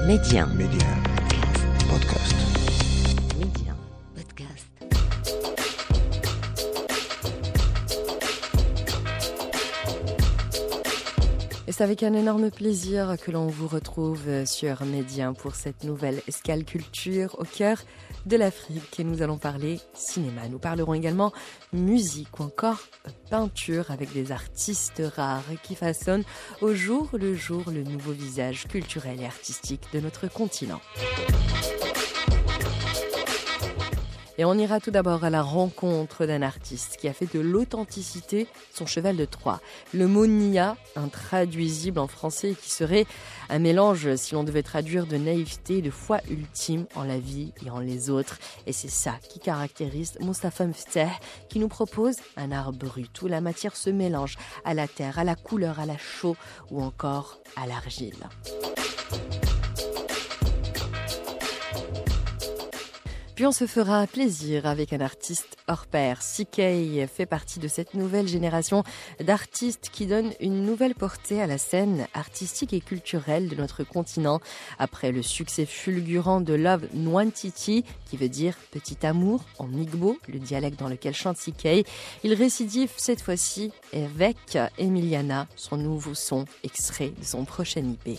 Média. Média. Podcast. Média. Podcast. Et c'est avec un énorme plaisir que l'on vous retrouve sur Média pour cette nouvelle escale culture au cœur de l'Afrique. Et nous allons parler cinéma. Nous parlerons également musique ou encore peinture avec des artistes rares qui façonnent au jour le nouveau visage culturel et artistique de notre continent. Et on ira tout d'abord à la rencontre d'un artiste qui a fait de l'authenticité son cheval de Troie. Le mot Nia, intraduisible en français, qui serait un mélange, si l'on devait traduire, de naïveté et de foi ultime en la vie et en les autres. Et c'est ça qui caractérise Mustapha Mfteh, qui nous propose un art brut où la matière se mélange à la terre, à la couleur, à la chaux ou encore à l'argile. Puis on se fera plaisir avec un artiste hors pair. CK fait partie de cette nouvelle génération d'artistes qui donnent une nouvelle portée à la scène artistique et culturelle de notre continent. Après le succès fulgurant de Love Nwantiti, qui veut dire petit amour en Igbo, le dialecte dans lequel chante CK, il récidive cette fois-ci avec Emiliana, son nouveau son extrait de son prochain IP.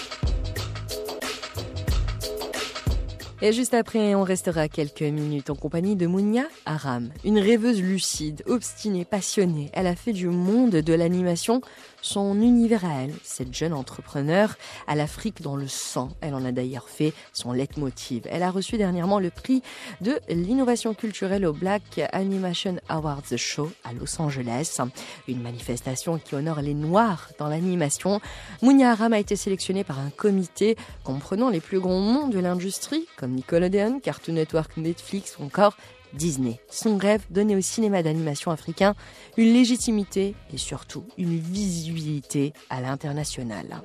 Et juste après, on restera quelques minutes en compagnie de Mounia Aram, une rêveuse lucide, obstinée, passionnée. Elle a fait du monde de l'animation son univers à elle. Cette jeune entrepreneure a l'Afrique dans le sang. Elle en a d'ailleurs fait son leitmotiv. Elle a reçu dernièrement le prix de l'innovation culturelle au Black Animation Awards Show à Los Angeles. Une manifestation qui honore les Noirs dans l'animation. Mounia Aram a été sélectionnée par un comité comprenant les plus grands noms de l'industrie, comme Nickelodeon, Cartoon Network, Netflix ou encore Disney. Son rêve, donner au cinéma d'animation africain une légitimité et surtout une visibilité à l'international.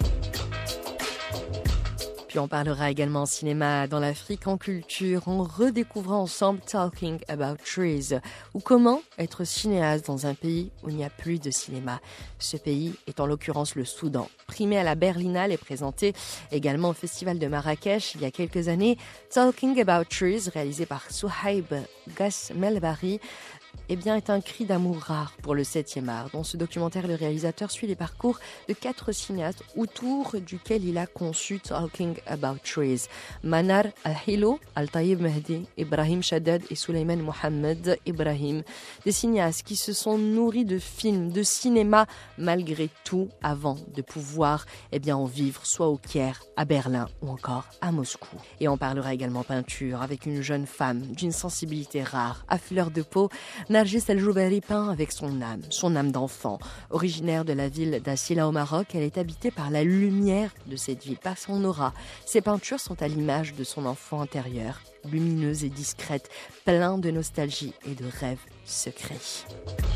Puis on parlera également cinéma dans l'Afrique, en culture, en redécouvrant ensemble Talking About Trees, ou comment être cinéaste dans un pays où il n'y a plus de cinéma. Ce pays est en l'occurrence le Soudan. Primé à la Berlinale et présenté également au Festival de Marrakech il y a quelques années, Talking About Trees, réalisé par Souhaib Ghasmelbari, est un cri d'amour rare pour le 7e art. Dans ce documentaire, le réalisateur suit les parcours de 4 cinéastes autour duquel il a conçu Talking About Trees. Manar Al-Hilo, Al-Taïb Mehdi, Ibrahim Shaddad et Souleymane Mohamed Ibrahim. Des cinéastes qui se sont nourris de films, de cinéma, malgré tout, avant de pouvoir en vivre soit au Caire, à Berlin ou encore à Moscou. Et on parlera également peinture avec une jeune femme d'une sensibilité rare, à fleur de peau. Nargis El-Joubari peint avec son âme d'enfant. Originaire de la ville d'Assila au Maroc, elle est habitée par la lumière de cette ville, par son aura. Ses peintures sont à l'image de son enfant intérieur, lumineuse et discrète, plein de nostalgie et de rêves secrets.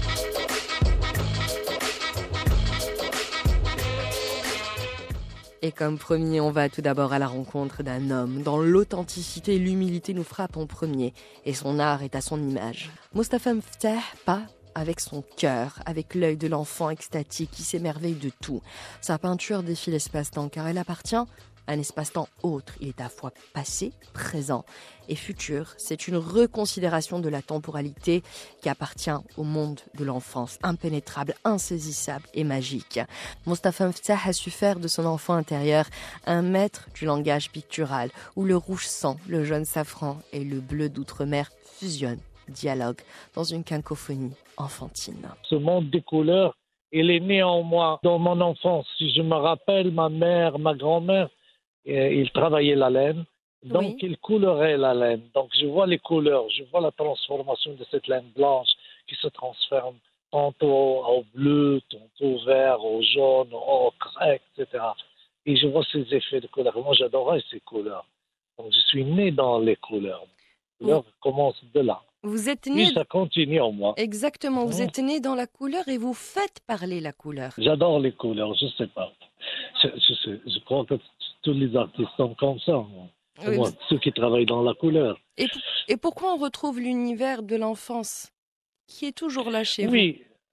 Et comme promis, on va tout d'abord à la rencontre d'un homme dont l'authenticité et l'humilité nous frappent en premier, et son art est à son image. Mustapha Mfteh peint avec son cœur, avec l'œil de l'enfant extatique qui s'émerveille de tout. Sa peinture défie l'espace-temps car elle appartient à un espace-temps autre. Il est à la fois passé, présent et futur. C'est une reconsidération de la temporalité qui appartient au monde de l'enfance, impénétrable, insaisissable et magique. Mustapha Mfteh a su faire de son enfant intérieur un maître du langage pictural, où le rouge sang, le jaune safran et le bleu d'outre-mer fusionnent, dialoguent dans une cacophonie enfantine. Ce monde des couleurs, il est né en moi dans mon enfance. Si je me rappelle, ma mère, ma grand-mère, ils travaillaient la laine. Donc, ils coloraient la laine. Donc, je vois les couleurs, je vois la transformation de cette laine blanche qui se transforme tantôt au bleu, tantôt au vert, au jaune, au ocre, etc. Et je vois ces effets de couleurs. Moi, j'adorais ces couleurs. Donc, je suis né dans les couleurs. Les couleurs commencent de là. Vous êtes né... Et ça continue en moi. Exactement, vous êtes né dans la couleur et vous faites parler la couleur. J'adore les couleurs, je sais pas. Je crois que tous les artistes sont comme ça. Oui, moi, ceux qui travaillent dans la couleur. Et pourquoi on retrouve l'univers de l'enfance qui est toujours là chez vous? Oui,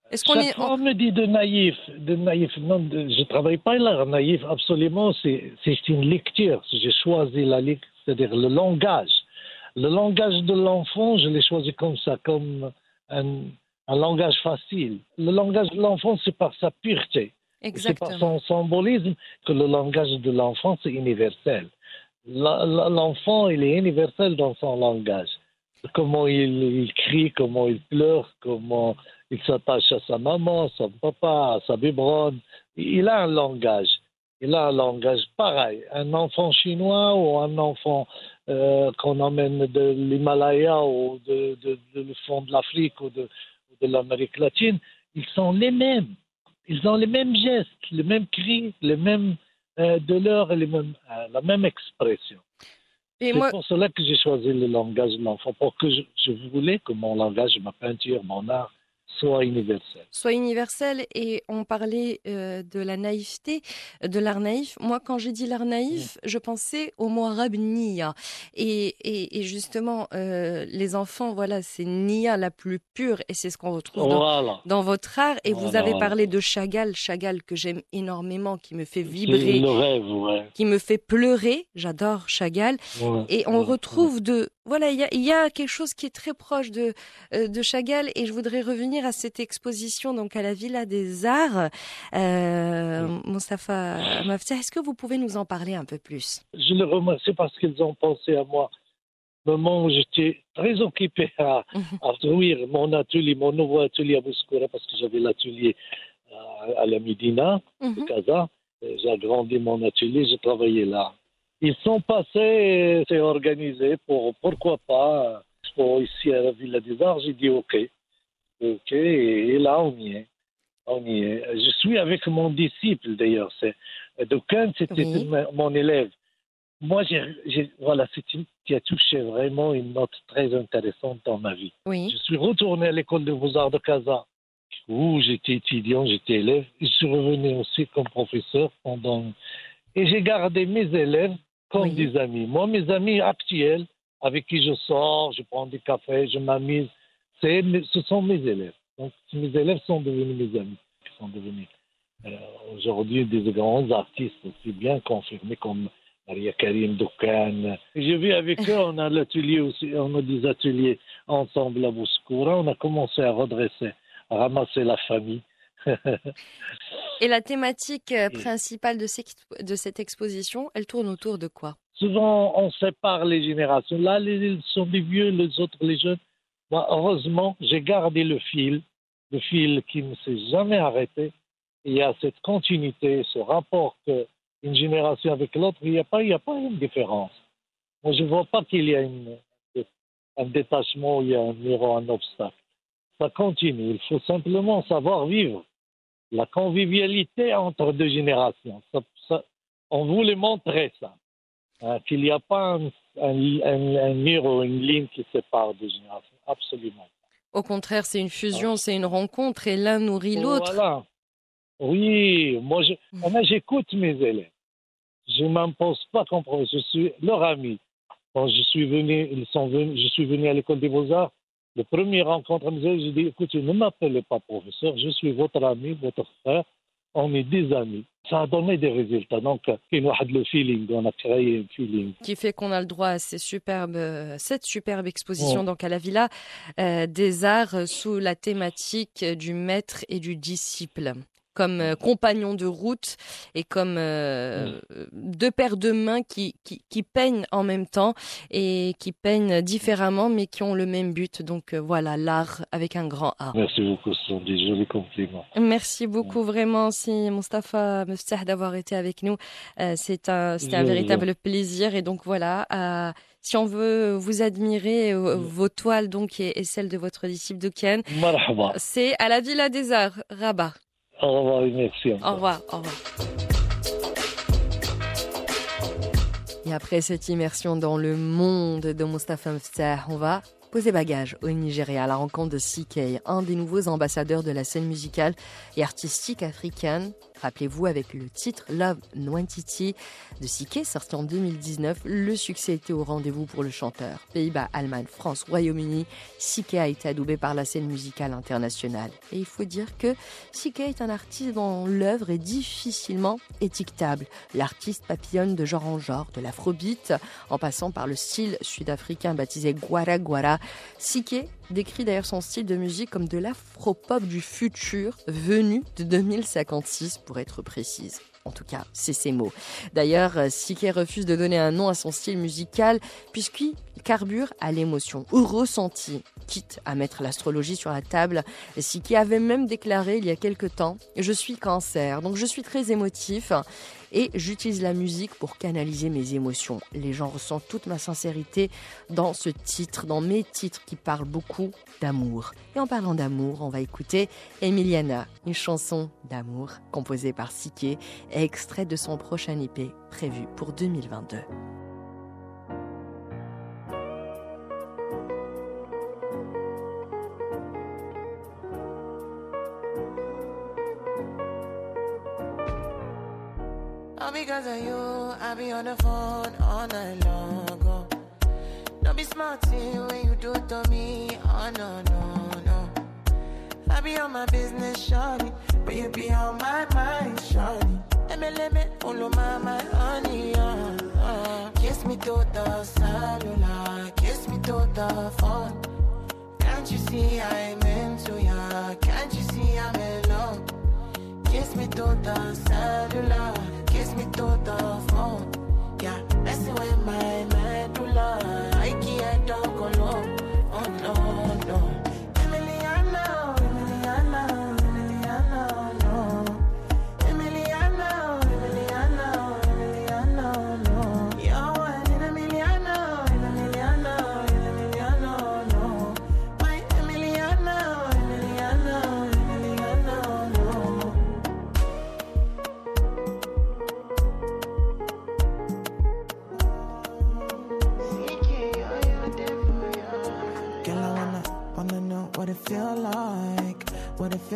Est-ce qu'on Chaque est... fois, on me dit de naïf. Non, je ne travaille pas l'art naïf, absolument. C'est une lecture. J'ai choisi la lecture, c'est-à-dire le langage. Le langage de l'enfant, je l'ai choisi comme ça, comme un langage facile. Le langage de l'enfant, c'est par sa pureté. C'est par Exactement. son symbolisme que le langage de l'enfant, c'est universel. L'enfant, il est universel dans son langage. Comment il crie, comment il pleure, comment il s'attache à sa maman, à son papa, à sa biberonne. Il a un langage. Il a un langage pareil. Un enfant chinois ou un enfant qu'on emmène de l'Himalaya ou le fond de l'Afrique ou de l'Amérique latine, ils sont les mêmes. Ils ont les mêmes gestes, les mêmes cris, les mêmes douleurs et la même expression. Et C'est moi, pour cela que j'ai choisi le langage de l'enfant, pour que je voulais que mon langage, ma peinture, mon art soit universel. soit universel, et on parlait de la naïveté, de l'art naïf. Moi, quand j'ai dit l'art naïf, je pensais au mot arabe niya. Et justement, les enfants, voilà, c'est niya la plus pure, et c'est ce qu'on retrouve Voilà. dans votre art. Et vous avez Voilà. parlé de Chagall que j'aime énormément, qui me fait C'est vibrer, le rêve, ouais. qui me fait pleurer. J'adore Chagall. Ouais, Et on ouais, retrouve voilà, il y a quelque chose qui est très proche de Chagall, et je voudrais revenir à cette exposition, donc à la Villa des Arts. Moustapha Maftah, est-ce que vous pouvez nous en parler un peu plus? Je les remercie parce qu'ils ont pensé à moi. Au moment où j'étais très occupé à ouvrir mon atelier, mon nouveau atelier à Bouskoura, parce que j'avais l'atelier à la Médina, de Mhm. Casa. J'ai agrandi mon atelier, j'ai travaillé là. Ils sont passés, c'est organisé pour, pourquoi pas, pour ici à la Villa des Arts. J'ai dit OK. OK, et là, on y est. On y est. Je suis avec mon disciple, d'ailleurs. Doukan, c'était Oui, mon élève. Moi, voilà, c'est une qui a touché vraiment une note très intéressante dans ma vie. oui, Je suis retourné à l'école de Beaux-Arts de Casa, où j'étais étudiant, j'étais élève. Je suis revenu aussi comme professeur et j'ai gardé mes élèves comme oui. des amis. Moi, mes amis actuels, avec qui je sors, je prends des cafés, je m'amuse, ce sont mes élèves. Donc, mes élèves sont devenus mes amis, ils sont devenus aujourd'hui des grands artistes aussi bien confirmés comme Maria Karim Doukan. J'ai vu avec eux, on a l'atelier aussi, on a des ateliers ensemble à Bouskoura. On a commencé à redresser, à ramasser la famille. Et la thématique principale de cette exposition, elle tourne autour de quoi? Souvent, on sépare les générations. Là, ils sont des vieux, les autres, les jeunes. Moi, heureusement, j'ai gardé le fil qui ne s'est jamais arrêté. Il y a cette continuité, ce rapport qu'une génération avec l'autre, il n'y a pas une différence. Moi, je ne vois pas qu'il y a un détachement, il y a un obstacle. Ça continue. Il faut simplement savoir vivre la convivialité entre deux générations. On voulait montrer ça. Qu'il n'y a pas un mur ou une ligne qui sépare deux générations. Absolument. Au contraire, c'est une fusion, c'est une rencontre, et l'un nourrit l'autre. Voilà. Oui, j'écoute mes élèves. Je ne m'impose pas comme professeur. Je suis leur ami. Quand je suis venu à l'école des Beaux-Arts. Le premier rencontre, j'ai dit, écoutez, ne m'appelez pas professeur, je suis votre ami, votre frère, on est des amis. Ça a donné des résultats. Donc, le feeling, on a créé un feeling. Qui fait qu'on a le droit à cette superbe exposition, donc à la Villa des Arts, sous la thématique du maître et du disciple, comme compagnons de route, et comme deux paires de mains qui peignent en même temps, et qui peignent différemment, mais qui ont le même but. Donc voilà, l'art avec un grand A. Merci beaucoup, ce sont des jolis compliments. Merci beaucoup vraiment, si Moustapha Maftah, d'avoir été avec nous. C'était un véritable plaisir. Et donc voilà, si on veut vous admirer, vos toiles donc et celles de votre disciple Doukan, Marhaba. c'est à la Villa des Arts, Rabat. Au revoir et merci. Au revoir, au revoir. Et après cette immersion dans le monde de Moustapha Maftah, on va poser bagage au Nigeria à la rencontre de CK, un des nouveaux ambassadeurs de la scène musicale et artistique africaine. Rappelez-vous, avec le titre Love Nwantiti de Siké, sorti en 2019, le succès était au rendez-vous pour le chanteur. Pays-Bas, Allemagne, France, Royaume-Uni, Siké a été adoubé par la scène musicale internationale. Et il faut dire que Siké est un artiste dont l'œuvre est difficilement étiquetable. L'artiste papillonne de genre en genre, de l'afrobeat, en passant par le style sud-africain baptisé Gwara Gwara. Siké décrit d'ailleurs son style de musique comme de l'afropop du futur, venu de 2056 pour être précise. En tout cas, c'est ses mots. D'ailleurs, Siké refuse de donner un nom à son style musical puisqu'il carbure à l'émotion, au ressenti, quitte à mettre l'astrologie sur la table. Siké avait même déclaré il y a quelque temps « Je suis Cancer, donc je suis très émotif et j'utilise la musique pour canaliser mes émotions. Les gens ressentent toute ma sincérité dans ce titre, dans mes titres qui parlent beaucoup d'amour. » Et en parlant d'amour, on va écouter Emiliana, une chanson d'amour composée par Siké et extrait de son prochain EP prévu pour 2022. All because of you, I be on the phone all night long. Oh. Don't be smarty when you do it to me. Oh no, no, no. I be on my business, shawty, but you be on my mind, shawty. Let me follow my honey, Kiss me to the cellular, kiss me to the phone. Can't you see I'm into ya? Can't you see I'm in love? Kiss me to the cellular, kiss me to the phone. Yeah, messing with my medulla. I can't talk alone. Oh no, no. Emiliana, Emiliana, Emiliana, no. Emiliana, Emiliana, Emiliana, no. You're one in Emiliana, Emiliana, Emiliana, no. My Emiliana, Emiliana, Emiliana, no. Girl, I wanna know what it feel like, what it feel